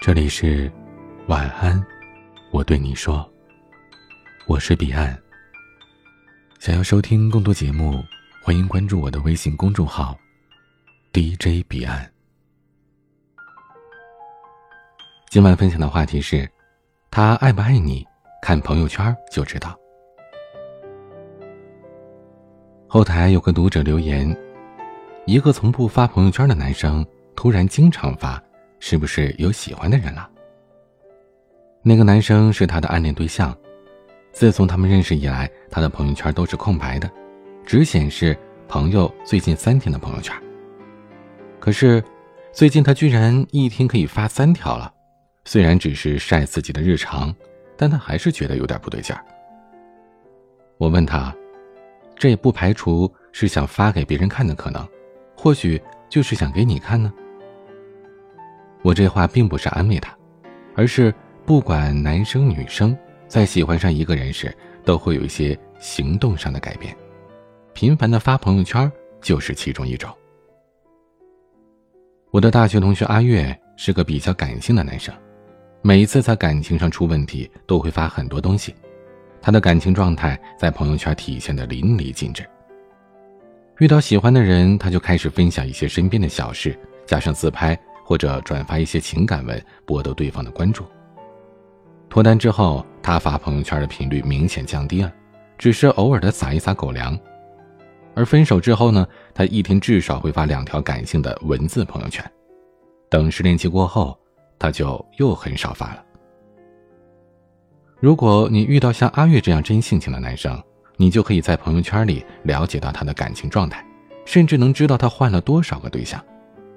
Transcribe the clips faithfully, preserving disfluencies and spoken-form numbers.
这里是晚安，我对你说，我是彼岸。想要收听更多节目，欢迎关注我的微信公众号 D J 彼岸。今晚分享的话题是，他爱不爱你，看朋友圈就知道。后台有个读者留言，一个从不发朋友圈的男生突然经常发，是不是有喜欢的人了？那个男生是他的暗恋对象，自从他们认识以来，他的朋友圈都是空白的，只显示朋友最近三天的朋友圈。可是最近他居然一天可以发三条了，虽然只是晒自己的日常，但他还是觉得有点不对劲儿。我问他，这也不排除是想发给别人看的可能，或许就是想给你看呢。我这话并不是安慰他，而是不管男生女生在喜欢上一个人时，都会有一些行动上的改变，频繁的发朋友圈就是其中一种。我的大学同学阿月是个比较感性的男生，每一次在感情上出问题都会发很多东西，他的感情状态在朋友圈体现得淋漓尽致。遇到喜欢的人，他就开始分享一些身边的小事，加上自拍或者转发一些情感文，博得对方的关注。脱单之后，他发朋友圈的频率明显降低了，只是偶尔的撒一撒狗粮。而分手之后呢，他一天至少会发两条感性的文字朋友圈。等失恋期过后，他就又很少发了。如果你遇到像阿月这样真性情的男生，你就可以在朋友圈里了解到他的感情状态，甚至能知道他换了多少个对象。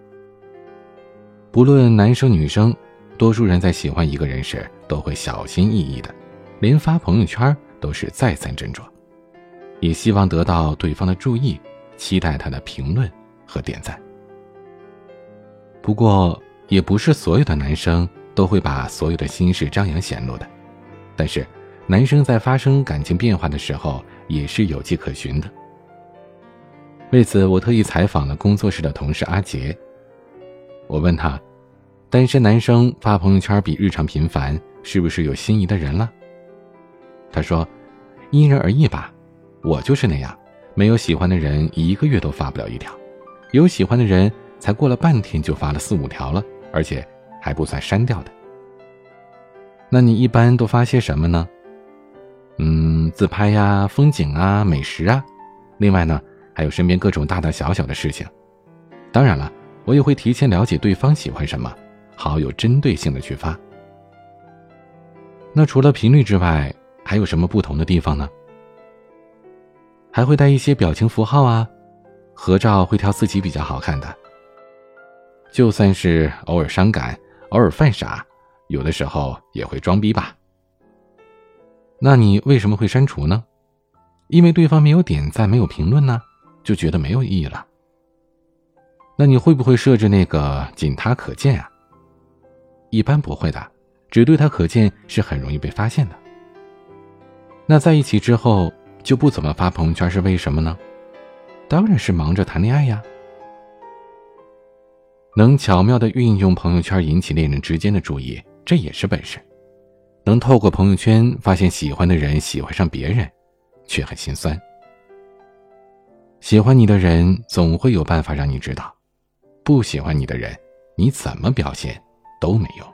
不论男生女生，多数人在喜欢一个人时都会小心翼翼的，连发朋友圈都是再三斟酌，也希望得到对方的注意，期待他的评论和点赞。不过也不是所有的男生都会把所有的心事张扬显露的，但是男生在发生感情变化的时候也是有迹可循的。为此我特意采访了工作室的同事阿杰，我问他，单身男生发朋友圈比日常频繁，是不是有心仪的人了？他说，因人而异吧，我就是那样，没有喜欢的人一个月都发不了一条，有喜欢的人才过了半天就发了四五条了，而且还不算删掉的。那你一般都发些什么呢？嗯，自拍呀、风景啊、美食啊，另外呢，还有身边各种大大小小的事情。当然了，我也会提前了解对方喜欢什么，好有针对性的去发。那除了频率之外，还有什么不同的地方呢？还会带一些表情符号啊，合照会挑自己比较好看的。就算是偶尔伤感，偶尔犯傻，有的时候也会装逼吧。那你为什么会删除呢？因为对方没有点赞，没有评论呢，就觉得没有意义了。那你会不会设置那个仅他可见啊？一般不会的，只对他可见是很容易被发现的。那在一起之后就不怎么发朋友圈是为什么呢？当然是忙着谈恋爱呀。能巧妙地运用朋友圈引起恋人之间的注意，这也是本事。能透过朋友圈发现喜欢的人喜欢上别人，却很心酸。喜欢你的人总会有办法让你知道，不喜欢你的人，你怎么表现都没用。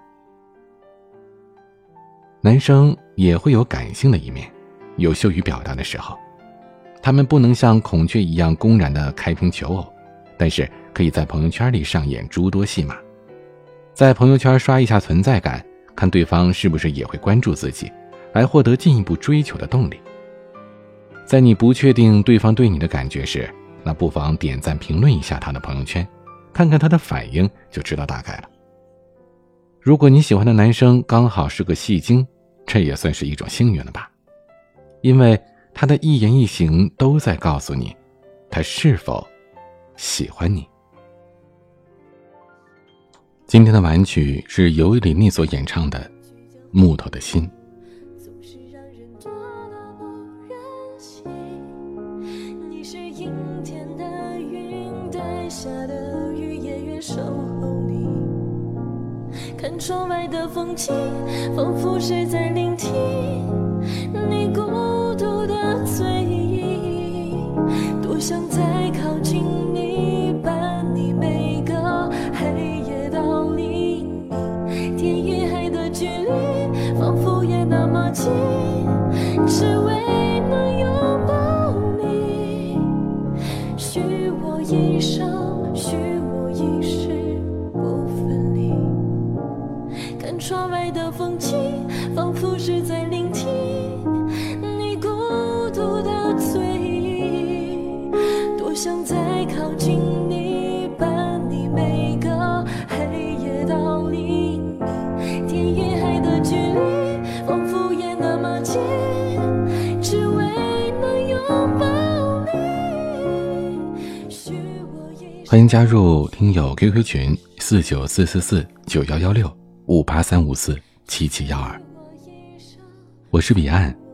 男生也会有感性的一面，有羞于表达的时候，他们不能像孔雀一样公然的开屏求偶，但是可以在朋友圈里上演诸多戏码，在朋友圈刷一下存在感，看对方是不是也会关注自己，来获得进一步追求的动力。在你不确定对方对你的感觉时，那不妨点赞评论一下他的朋友圈，看看他的反应就知道大概了。如果你喜欢的男生刚好是个戏精，这也算是一种幸运了吧，因为他的一言一行都在告诉你他是否喜欢你。今天的晚曲是由李丽所演唱的《木头的心》。 你是阴天的云，带下的雨也愿守候你。 看窗外的风景，仿佛是在聆听你孤独的醉意。多想再靠近你，伴你每个黑夜到黎明。天与海的距离，仿佛也那么近，只为能拥抱你。许我一生，许我一世不分离。看窗外的风景，仿佛是在聆听你孤独的醉意。多想再靠近你，伴你每个黑夜到黎明。天与海的距离，仿佛也那么近，只为能拥抱你。许我一欢迎加入听友 Q Q 群四九四四四九幺幺六五八三五四七七幺二，我是彼岸，